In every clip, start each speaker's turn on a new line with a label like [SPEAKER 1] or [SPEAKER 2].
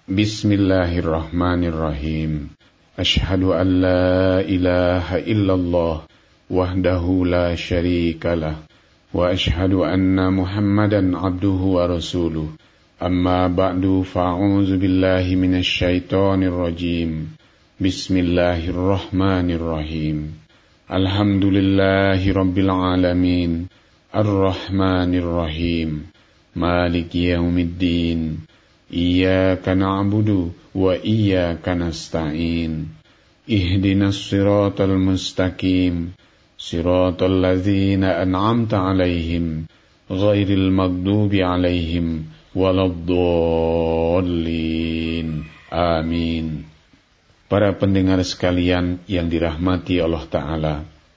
[SPEAKER 1] Bismillahirrahmanirrahim. Asyhadu an la ilaha illallah wahdahu la syarikalah wa asyhadu anna Muhammadan abduhu wa rasuluh. Amma ba'du, fa'udzu billahi minasy syaithanir rajim. Bismillahirrahmanirrahim. Alhamdulillahi rabbil alamin. Ar-Rahmanir Rahim. Maliki yaumiddin. Iyyaka na'budu wa iyyaka nasta'in. Ihdinas siratal mustaqim. Siratal ladzina an'amta 'alaihim ghairil maghdubi 'alaihim waladdallin. Amin. Para pendengar sekalian yang dirahmati Allah Ta'ala,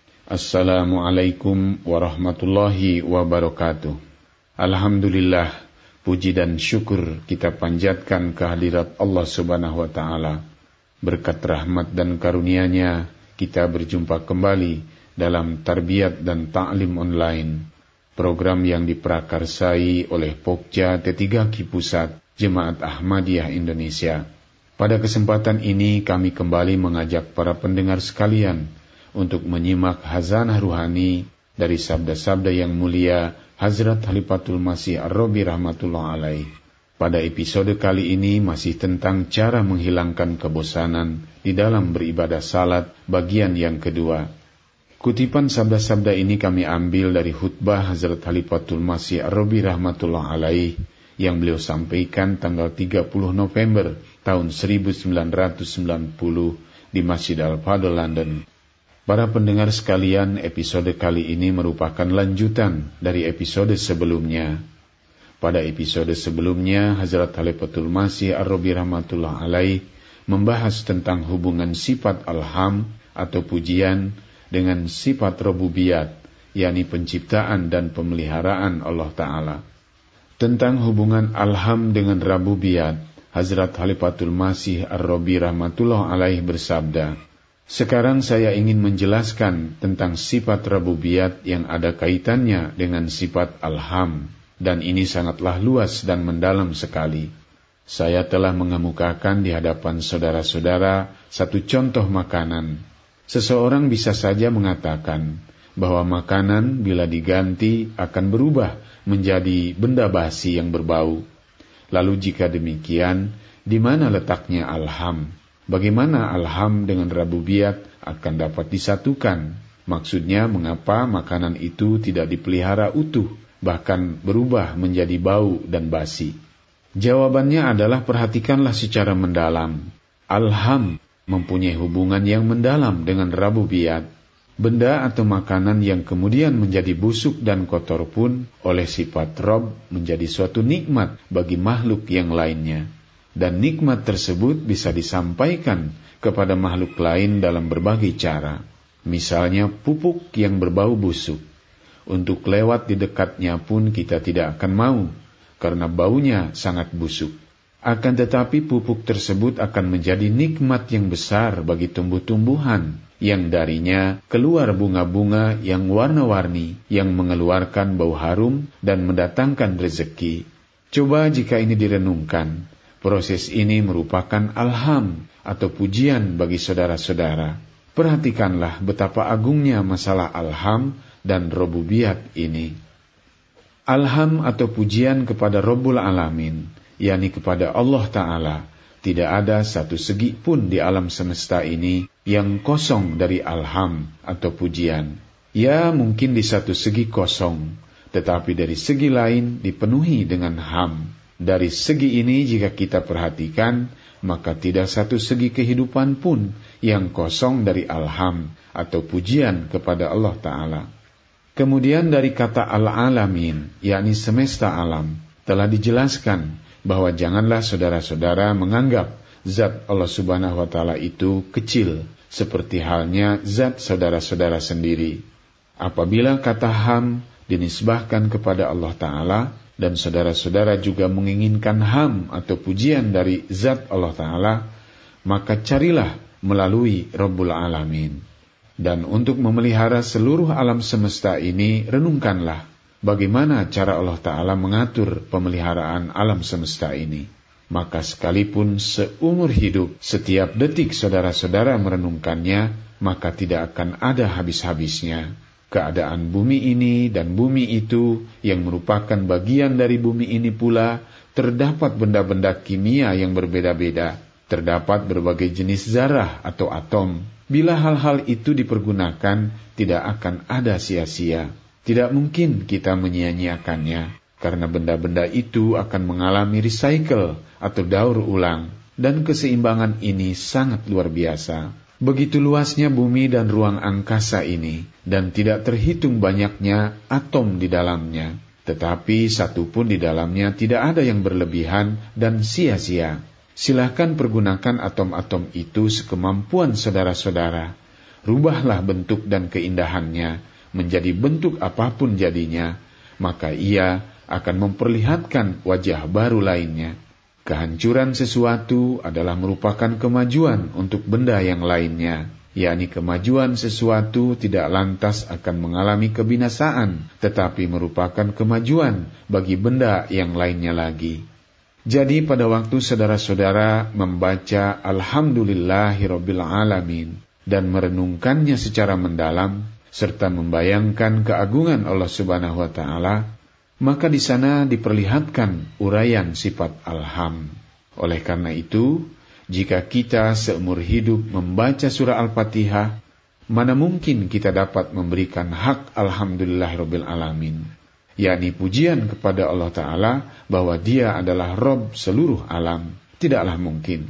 [SPEAKER 1] Assalamualaikum warahmatullahi wabarakatuh. Alhamdulillah, puji dan syukur kita panjatkan kehadirat Allah Subhanahu wa Ta'ala. Berkat rahmat dan karunia-Nya, kita berjumpa kembali dalam Tarbiyat dan Ta'lim Online, program yang diprakarsai oleh Pokja T3K Pusat Jemaat Ahmadiyah Indonesia. Pada kesempatan ini kami kembali mengajak para pendengar sekalian untuk menyimak hazanah ruhani dari sabda-sabda yang mulia Hazrat Khalifatul Masih Ar-Rabi rahmatullah alaih. Pada episode kali ini masih tentang cara menghilangkan kebosanan di dalam beribadah salat bagian yang kedua. Kutipan sabda-sabda ini kami ambil dari khutbah Hazrat Khalifatul Masih Ar-Rabi rahmatullah alaih yang beliau sampaikan tanggal 30 November tahun 1990 di Masjid Al-Fadl, London. Para pendengar sekalian, episode kali ini merupakan lanjutan dari episode sebelumnya. Pada episode sebelumnya, Hazrat Khalifatul Masih Ar-Rabi rahmatullah alaih membahas tentang hubungan sifat alham atau pujian dengan sifat rububiyat, yakni penciptaan dan pemeliharaan Allah Ta'ala. Tentang hubungan alham dengan rububiyat, Hazrat Khalifatul Masih Ar-Rabi rahmatullah alaih bersabda, "Sekarang saya ingin menjelaskan tentang sifat rububiyat yang ada kaitannya dengan sifat alham, dan ini sangatlah luas dan mendalam sekali. Saya telah mengemukakan di hadapan saudara-saudara satu contoh makanan. Seseorang bisa saja mengatakan bahwa makanan bila diganti akan berubah menjadi benda basi yang berbau. Lalu jika demikian, di mana letaknya alham? Bagaimana alham dengan rububiyat akan dapat disatukan? Maksudnya, mengapa makanan itu tidak dipelihara utuh, bahkan berubah menjadi bau dan basi?" Jawabannya adalah, perhatikanlah secara mendalam. Alham mempunyai hubungan yang mendalam dengan rububiyat. Benda atau makanan yang kemudian menjadi busuk dan kotor pun oleh sifat Rob menjadi suatu nikmat bagi makhluk yang lainnya. Dan nikmat tersebut bisa disampaikan kepada makhluk lain dalam berbagai cara. Misalnya pupuk yang berbau busuk. Untuk lewat di dekatnya pun kita tidak akan mau, karena baunya sangat busuk. Akan tetapi pupuk tersebut akan menjadi nikmat yang besar bagi tumbuh-tumbuhan, yang darinya keluar bunga-bunga yang warna-warni, yang mengeluarkan bau harum dan mendatangkan rezeki. Coba jika ini direnungkan, proses ini merupakan alham atau pujian bagi saudara-saudara. Perhatikanlah betapa agungnya masalah alham dan rububiyat ini. Alham atau pujian kepada Rabbul Alamin, yakni kepada Allah Ta'ala, tidak ada satu segi pun di alam semesta ini yang kosong dari alham atau pujian. Ya, mungkin di satu segi kosong, tetapi dari segi lain dipenuhi dengan ham. Dari segi ini jika kita perhatikan, maka tidak satu segi kehidupan pun yang kosong dari alham atau pujian kepada Allah Ta'ala. Kemudian dari kata al-alamin, yakni semesta alam, telah dijelaskan bahwa janganlah saudara-saudara menganggap zat Allah Subhanahu wa Ta'ala itu kecil, seperti halnya zat saudara-saudara sendiri. Apabila kata ham dinisbahkan kepada Allah Ta'ala, dan saudara-saudara juga menginginkan ham atau pujian dari zat Allah Ta'ala, maka carilah melalui Rabbul Alamin. Dan untuk memelihara seluruh alam semesta ini, renungkanlah bagaimana cara Allah Ta'ala mengatur pemeliharaan alam semesta ini. maka sekalipun seumur hidup setiap detik saudara-saudara merenungkannya, maka tidak akan ada habis-habisnya. Keadaan bumi ini dan bumi itu yang merupakan bagian dari bumi ini pula, terdapat benda-benda kimia yang berbeda-beda, terdapat berbagai jenis zarah atau atom. Bila hal-hal itu dipergunakan, tidak akan ada sia-sia. Tidak mungkin kita menyia-nyiakannya, karena benda-benda itu akan mengalami recycle atau daur ulang, dan keseimbangan ini sangat luar biasa. Begitu luasnya bumi dan ruang angkasa ini, dan tidak terhitung banyaknya atom di dalamnya. Tetapi satu pun di dalamnya tidak ada yang berlebihan dan sia-sia. Silahkan pergunakan atom-atom itu sekemampuan saudara-saudara. Rubahlah bentuk dan keindahannya, menjadi bentuk apapun jadinya, maka ia akan memperlihatkan wajah baru lainnya. Kehancuran sesuatu adalah merupakan kemajuan untuk benda yang lainnya, yakni kemajuan sesuatu tidak lantas akan mengalami kebinasaan, tetapi merupakan kemajuan bagi benda yang lainnya lagi. Jadi pada waktu saudara-saudara membaca Alhamdulillahirabbil alamin dan merenungkannya secara mendalam serta membayangkan keagungan Allah Subhanahu wa taala, maka di sana diperlihatkan uraian sifat alham. Oleh karena itu, jika kita seumur hidup membaca surah Al-Fatihah, mana mungkin kita dapat memberikan hak Alhamdulillahirabbil alamin, yakni pujian kepada Allah Ta'ala bahwa Dia adalah Rabb seluruh alam. Tidaklah mungkin.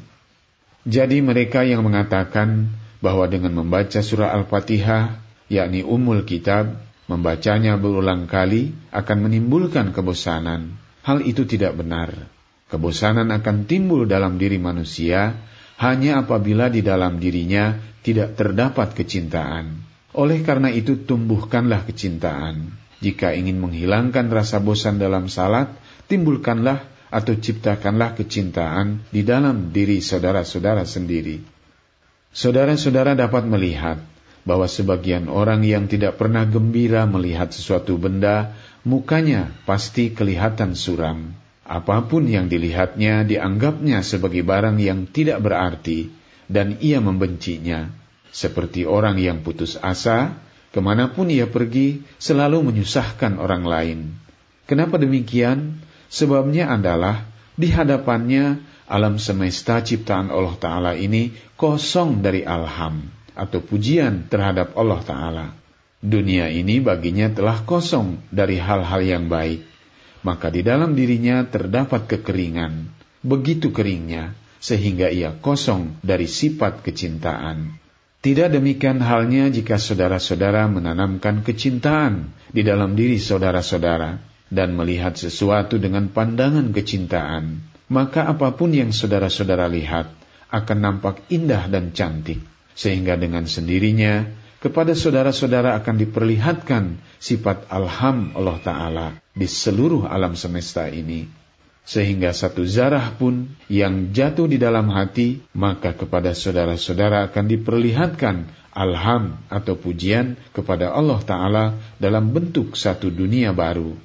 [SPEAKER 1] Jadi mereka yang mengatakan bahwa dengan membaca surah Al-Fatihah, yakni Ummul Kitab, membacanya berulang kali akan menimbulkan kebosanan. Hal itu tidak benar. Kebosanan akan timbul dalam diri manusia hanya apabila di dalam dirinya tidak terdapat kecintaan. Oleh karena itu tumbuhkanlah kecintaan. Jika ingin menghilangkan rasa bosan dalam salat, timbulkanlah atau ciptakanlah kecintaan di dalam diri saudara-saudara sendiri. Saudara-saudara dapat melihat bahwa sebagian orang yang tidak pernah gembira melihat sesuatu benda, mukanya pasti kelihatan suram. Apapun yang dilihatnya dianggapnya sebagai barang yang tidak berarti, dan ia membencinya. Seperti orang yang putus asa, kemanapun ia pergi, selalu menyusahkan orang lain. Kenapa demikian? Sebabnya adalah, di hadapannya, alam semesta ciptaan Allah Ta'ala ini kosong dari alham, atau pujian terhadap Allah Ta'ala. Dunia ini baginya telah kosong dari hal-hal yang baik. Maka di dalam dirinya terdapat kekeringan. Begitu keringnya, sehingga ia kosong dari sifat kecintaan. Tidak demikian halnya jika saudara-saudara menanamkan kecintaan di dalam diri saudara-saudara, dan melihat sesuatu dengan pandangan kecintaan. Maka apapun yang saudara-saudara lihat, akan nampak indah dan cantik. Sehingga dengan sendirinya, kepada saudara-saudara akan diperlihatkan sifat alham Allah Ta'ala di seluruh alam semesta ini. Sehingga satu zarah pun yang jatuh di dalam hati, maka kepada saudara-saudara akan diperlihatkan alham atau pujian kepada Allah Ta'ala dalam bentuk satu dunia baru.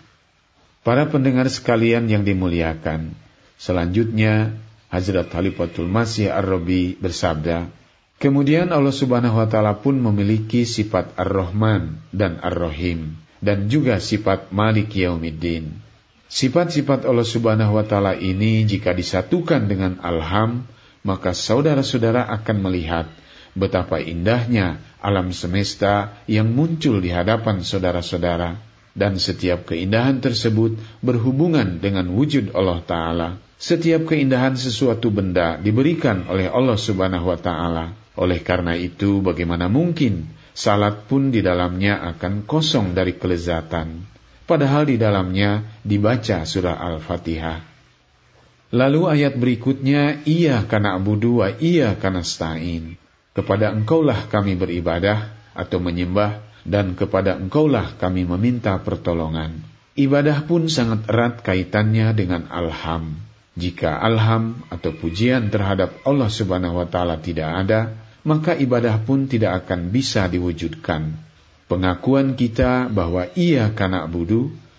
[SPEAKER 1] Para pendengar sekalian yang dimuliakan, selanjutnya Hazrat Khalifatul Masih Ar-Rabi bersabda, kemudian Allah Subhanahu wa Ta'ala pun memiliki sifat Ar-Rahman dan Ar-Rahim, dan juga sifat Malik Yaumiddin. Sifat-sifat Allah Subhanahu wa Ta'ala ini jika disatukan dengan alham, maka saudara-saudara akan melihat betapa indahnya alam semesta yang muncul di hadapan saudara-saudara, dan setiap keindahan tersebut berhubungan dengan wujud Allah Ta'ala. Setiap keindahan sesuatu benda diberikan oleh Allah Subhanahu wa Ta'ala. Oleh karena itu, bagaimana mungkin salat pun di dalamnya akan kosong dari kelezatan, padahal di dalamnya dibaca surah Al-Fatihah. Lalu ayat berikutnya, Iyyaka na'budu wa iyyaka nasta'in. Kepada Engkaulah kami beribadah atau menyembah, dan kepada Engkaulah kami meminta pertolongan. Ibadah pun sangat erat kaitannya dengan alham. Jika alham atau pujian terhadap Allah Subhanahu wa Ta'ala tidak ada, maka ibadah pun tidak akan bisa diwujudkan. Pengakuan kita bahwa Iyyaka na'budu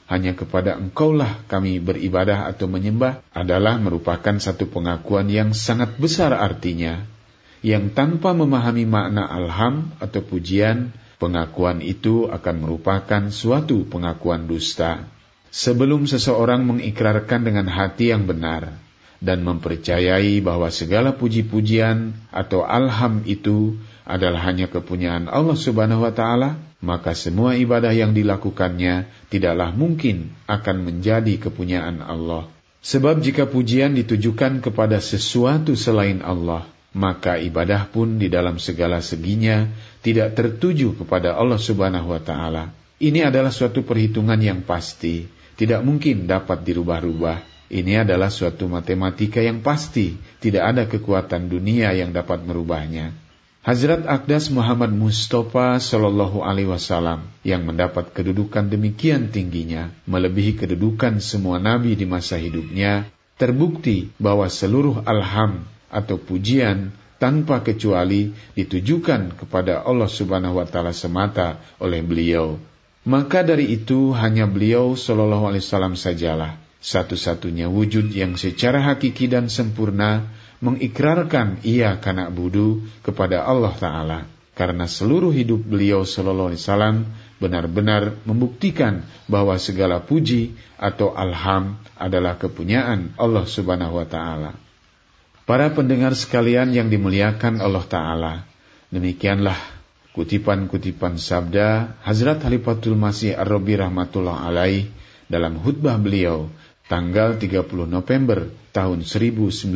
[SPEAKER 1] hanya kepada Engkaulah kami beribadah atau menyembah adalah merupakan satu pengakuan yang sangat besar artinya, yang tanpa memahami makna alham atau pujian, pengakuan itu akan merupakan suatu pengakuan dusta. Sebelum seseorang mengikrarkan dengan hati yang benar dan mempercayai bahwa segala puji-pujian atau alham itu adalah hanya kepunyaan Allah Subhanahu wa Ta'ala, maka semua ibadah yang dilakukannya tidaklah mungkin akan menjadi kepunyaan Allah. Sebab jika pujian ditujukan kepada sesuatu selain Allah, maka ibadah pun di dalam segala seginya tidak tertuju kepada Allah Subhanahu wa Ta'ala. Ini adalah suatu perhitungan yang pasti, tidak mungkin dapat dirubah-rubah. Ini adalah suatu matematika yang pasti, tidak ada kekuatan dunia yang dapat merubahnya. Hazrat Aqdas Muhammad Mustafa Sallallahu Alaihi Wasallam yang mendapat kedudukan demikian tingginya, melebihi kedudukan semua nabi di masa hidupnya, terbukti bahwa seluruh alham atau pujian tanpa kecuali ditujukan kepada Allah Subhanahu wa Ta'ala semata oleh beliau. Maka dari itu hanya beliau Sallallahu Alaihi Wasallam sajalah satu-satunya wujud yang secara hakiki dan sempurna mengikrarkan iyyaka na'budu kepada Allah Ta'ala, karena seluruh hidup beliau Sallallahu Alaihi Wasallam benar-benar membuktikan bahwa segala puji atau alham adalah kepunyaan Allah Subhanahu wa Ta'ala. Para pendengar sekalian yang dimuliakan Allah Ta'ala, demikianlah kutipan-kutipan sabda Hazrat Khalifatul Masih Ar-Rabi rahmatullah alaih dalam khutbah beliau tanggal 30 November tahun 1990.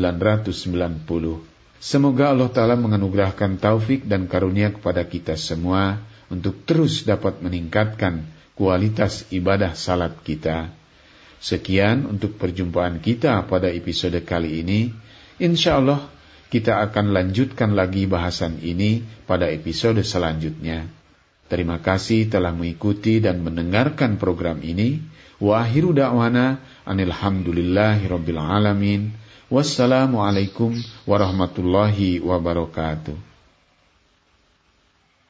[SPEAKER 1] Semoga Allah Ta'ala menganugerahkan taufik dan karunia kepada kita semua untuk terus dapat meningkatkan kualitas ibadah salat kita. Sekian untuk perjumpaan kita pada episode kali ini. Insya Allah kita akan lanjutkan lagi bahasan ini pada episode selanjutnya. Terima kasih telah mengikuti dan mendengarkan program ini. Wa akhiru da'wana anilhamdulillahi rabbil alamin. Wassalamualaikum warahmatullahi wabarakatuh.